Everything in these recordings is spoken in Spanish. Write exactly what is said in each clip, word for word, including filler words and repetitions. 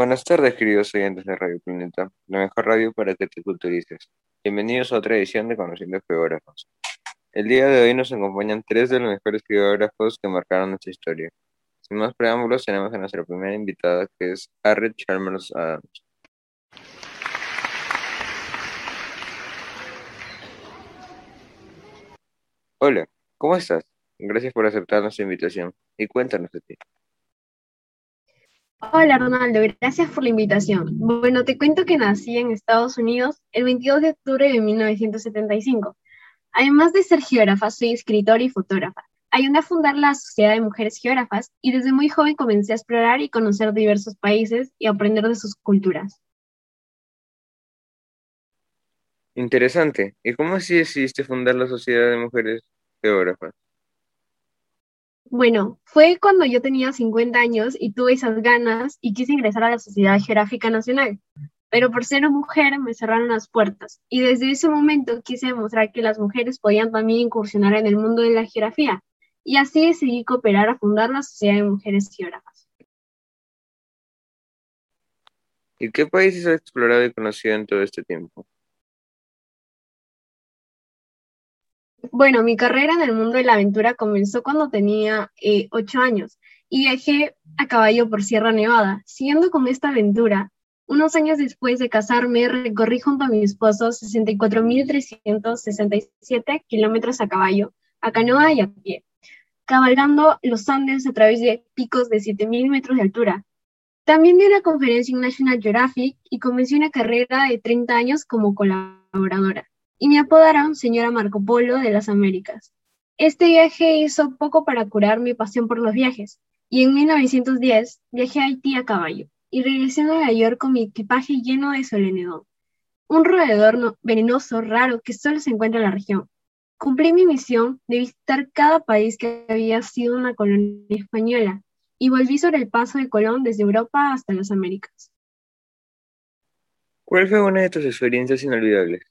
Buenas tardes, queridos oyentes de Radio Planeta, la mejor radio para que te culturices. Bienvenidos a otra edición de Conociendo Geógrafos. El día de hoy nos acompañan tres de los mejores geógrafos que marcaron nuestra historia. Sin más preámbulos, tenemos a nuestra primera invitada, que es Harriet Chalmers Adams. Hola, ¿cómo estás? Gracias por aceptar nuestra invitación y cuéntanos de ti. Hola Ronaldo, gracias por la invitación. Bueno, te cuento que nací en Estados Unidos el veintidós de octubre de mil novecientos setenta y cinco. Además de ser geógrafa, soy escritora y fotógrafa. Ayudé a fundar la Sociedad de Mujeres Geógrafas y desde muy joven comencé a explorar y conocer diversos países y aprender de sus culturas. Interesante. ¿Y cómo así decidiste fundar la Sociedad de Mujeres Geógrafas? Bueno, fue cuando yo tenía cincuenta años y tuve esas ganas y quise ingresar a la Sociedad Geográfica Nacional. Pero por ser mujer me cerraron las puertas y desde ese momento quise demostrar que las mujeres podían también incursionar en el mundo de la geografía y así decidí cooperar a fundar la Sociedad de Mujeres Geógrafas. ¿Y qué países has explorado y conocido en todo este tiempo? Bueno, mi carrera en el mundo de la aventura comenzó cuando tenía eh, ocho años y viajé a caballo por Sierra Nevada. Siguiendo con esta aventura, unos años después de casarme, recorrí junto a mi esposo sesenta y cuatro mil trescientos sesenta y siete kilómetros a caballo, a canoa y a pie, cabalgando los Andes a través de picos de siete mil metros de altura. También di una conferencia en National Geographic y comencé una carrera de treinta años como colaboradora, y me apodaron Señora Marco Polo de las Américas. Este viaje hizo poco para curar mi pasión por los viajes, y en mil novecientos diez viajé a Haití a caballo, y regresé a Nueva York con mi equipaje lleno de solenedón, un roedor no- venenoso raro que solo se encuentra en la región. Cumplí mi misión de visitar cada país que había sido una colonia española y volví sobre el paso de Colón desde Europa hasta las Américas. ¿Cuál fue una de tus experiencias inolvidables?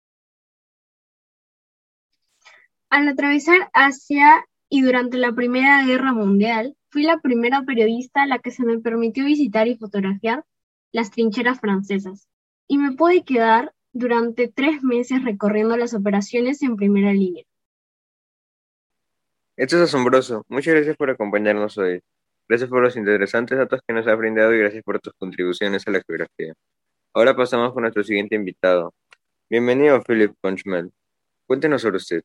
Al atravesar Asia y durante la Primera Guerra Mundial, fui la primera periodista a la que se me permitió visitar y fotografiar las trincheras francesas, y me pude quedar durante tres meses recorriendo las operaciones en primera línea. Esto es asombroso. Muchas gracias por acompañarnos hoy. Gracias por los interesantes datos que nos has brindado y gracias por tus contribuciones a la geografía. Ahora pasamos con nuestro siguiente invitado. Bienvenido, Philip Punchmel. Cuéntenos sobre usted.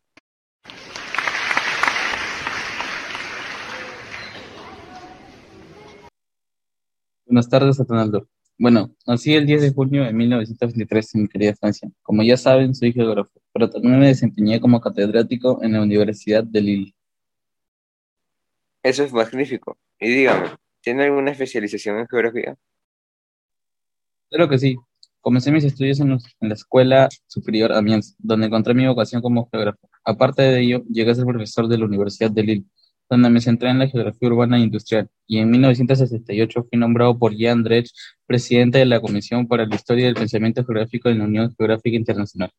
Buenas tardes, Ronaldo. Bueno, nací el diez de junio de mil novecientos veintitrés en mi querida Francia. Como ya saben, soy geógrafo, pero también me desempeñé como catedrático en la Universidad de Lille. Eso es magnífico. Y dígame, ¿tiene alguna especialización en geografía? Claro que sí. Comencé mis estudios en, los- en la Escuela Superior Amiens, donde encontré mi vocación como geógrafo. Aparte de ello, llegué a ser profesor de la Universidad de Lille, donde me centré en la geografía urbana e industrial. Y en mil novecientos sesenta y ocho fui nombrado por Jean Drech presidente de la Comisión para la Historia del Pensamiento Geográfico de la Unión Geográfica Internacional.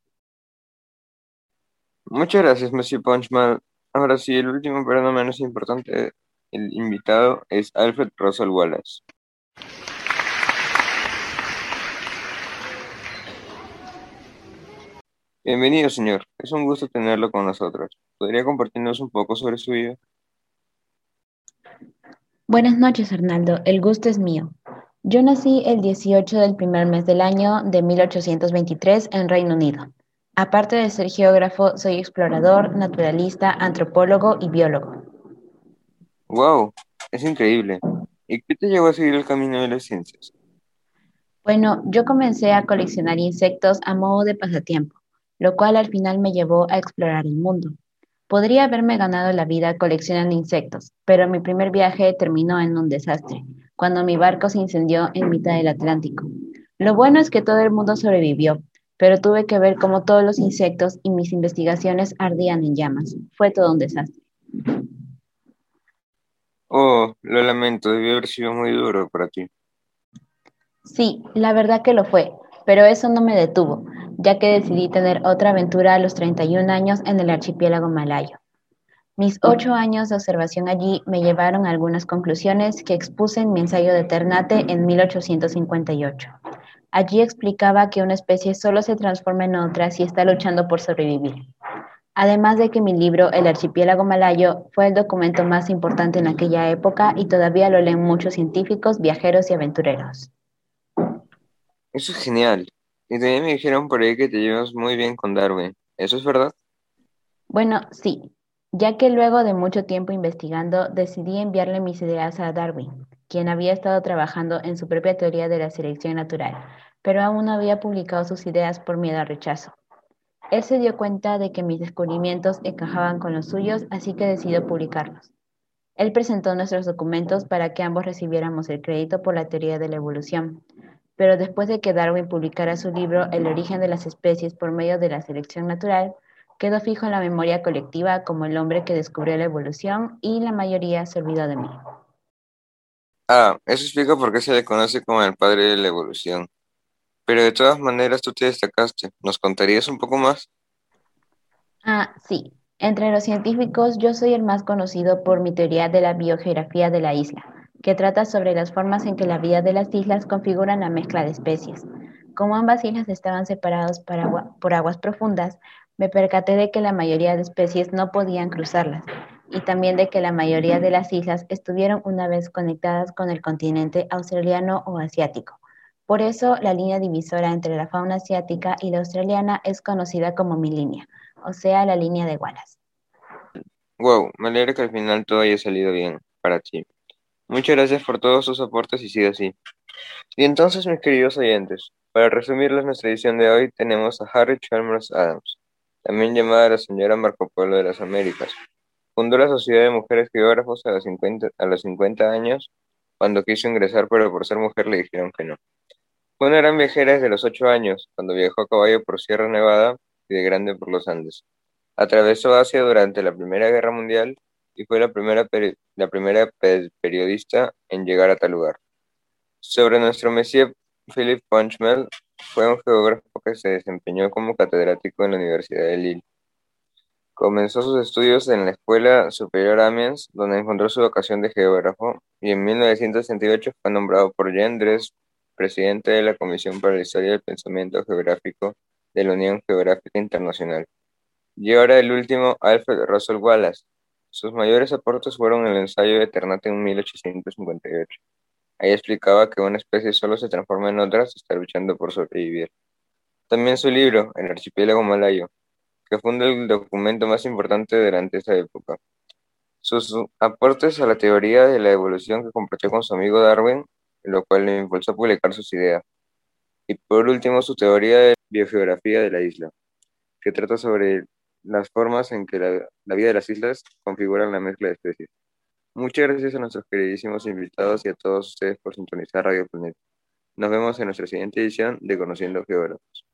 Muchas gracias, Monsieur Punchmel. Ahora sí, el último, pero no menos importante, el invitado es Alfred Russel Wallace. Bienvenido, señor. Es un gusto tenerlo con nosotros. ¿Podría compartirnos un poco sobre su vida? Buenas noches, Arnaldo. El gusto es mío. Yo nací el dieciocho del primer mes del año de mil ochocientos veintitrés en Reino Unido. Aparte de ser geógrafo, soy explorador, naturalista, antropólogo y biólogo. ¡Wow! Es increíble. ¿Y qué te llevó a seguir el camino de las ciencias? Bueno, yo comencé a coleccionar insectos a modo de pasatiempo, lo cual al final me llevó a explorar el mundo. Podría haberme ganado la vida coleccionando insectos, pero mi primer viaje terminó en un desastre, cuando mi barco se incendió en mitad del Atlántico. Lo bueno es que todo el mundo sobrevivió, pero tuve que ver cómo todos los insectos y mis investigaciones ardían en llamas. Fue todo un desastre. Oh, lo lamento, debió haber sido muy duro para ti. Sí, la verdad que lo fue, pero eso no me detuvo, ya que decidí tener otra aventura a los treinta y un años en el archipiélago malayo. Mis ocho años de observación allí me llevaron a algunas conclusiones que expuse en mi ensayo de Ternate en mil ochocientos cincuenta y ocho. Allí explicaba que una especie solo se transforma en otra si está luchando por sobrevivir. Además de que mi libro, El archipiélago malayo, fue el documento más importante en aquella época y todavía lo leen muchos científicos, viajeros y aventureros. Eso es genial. Y también me dijeron por ahí que te llevas muy bien con Darwin. ¿Eso es verdad? Bueno, sí, ya que luego de mucho tiempo investigando, decidí enviarle mis ideas a Darwin, quien había estado trabajando en su propia teoría de la selección natural, pero aún no había publicado sus ideas por miedo al rechazo. Él se dio cuenta de que mis descubrimientos encajaban con los suyos, así que decidió publicarlos. Él presentó nuestros documentos para que ambos recibiéramos el crédito por la teoría de la evolución, pero después de que Darwin publicara su libro El origen de las especies por medio de la selección natural, quedó fijo en la memoria colectiva como el hombre que descubrió la evolución y la mayoría se olvidó de mí. Ah, eso explica por qué se le conoce como el padre de la evolución. Pero de todas maneras tú te destacaste. ¿Nos contarías un poco más? Ah, sí. Entre los científicos, yo soy el más conocido por mi teoría de la biogeografía de la isla, que trata sobre las formas en que la vida de las islas configuran la mezcla de especies. Como ambas islas estaban separadas por, agua- por aguas profundas, me percaté de que la mayoría de especies no podían cruzarlas, y también de que la mayoría de las islas estuvieron una vez conectadas con el continente australiano o asiático. Por eso, la línea divisora entre la fauna asiática y la australiana es conocida como mi línea, o sea, la línea de Wallace. Wow, me alegra que al final todo haya salido bien para ti. Muchas gracias por todos sus aportes y sigue así. Y entonces, mis queridos oyentes, para resumirles nuestra edición de hoy, tenemos a Harry Chalmers Adams, también llamada la señora Marco Polo de las Américas. Fundó la Sociedad de Mujeres Geógrafos a los cincuenta, a los cincuenta años, cuando quiso ingresar, pero por ser mujer le dijeron que no. Fue una gran viajera desde los ocho años, cuando viajó a caballo por Sierra Nevada y de grande por los Andes. Atravesó Asia durante la Primera Guerra Mundial y fue la primera, peri- la primera pe- periodista en llegar a tal lugar. Sobre nuestro Mesías, Philip Punchmel fue un geógrafo que se desempeñó como catedrático en la Universidad de Lille. Comenzó sus estudios en la Escuela Superior Amiens, donde encontró su vocación de geógrafo, y en mil novecientos sesenta y ocho fue nombrado por Jean Drèze presidente de la Comisión para la Historia del Pensamiento Geográfico de la Unión Geográfica Internacional. Y ahora el último, Alfred Russel Wallace. Sus mayores aportes fueron el ensayo de Ternate en mil ochocientos cincuenta y ocho. Ahí explicaba que una especie solo se transforma en otra si está luchando por sobrevivir. También su libro, El archipiélago malayo, que fue el documento más importante durante esa época. Sus aportes a la teoría de la evolución que compartió con su amigo Darwin, lo cual le impulsó a publicar sus ideas. Y por último, su teoría de biogeografía de la isla, que trata sobre las formas en que la, la vida de las islas configuran la mezcla de especies. Muchas gracias a nuestros queridísimos invitados y a todos ustedes por sintonizar Radio Planeta. Nos vemos en nuestra siguiente edición de Conociendo Geógrafos.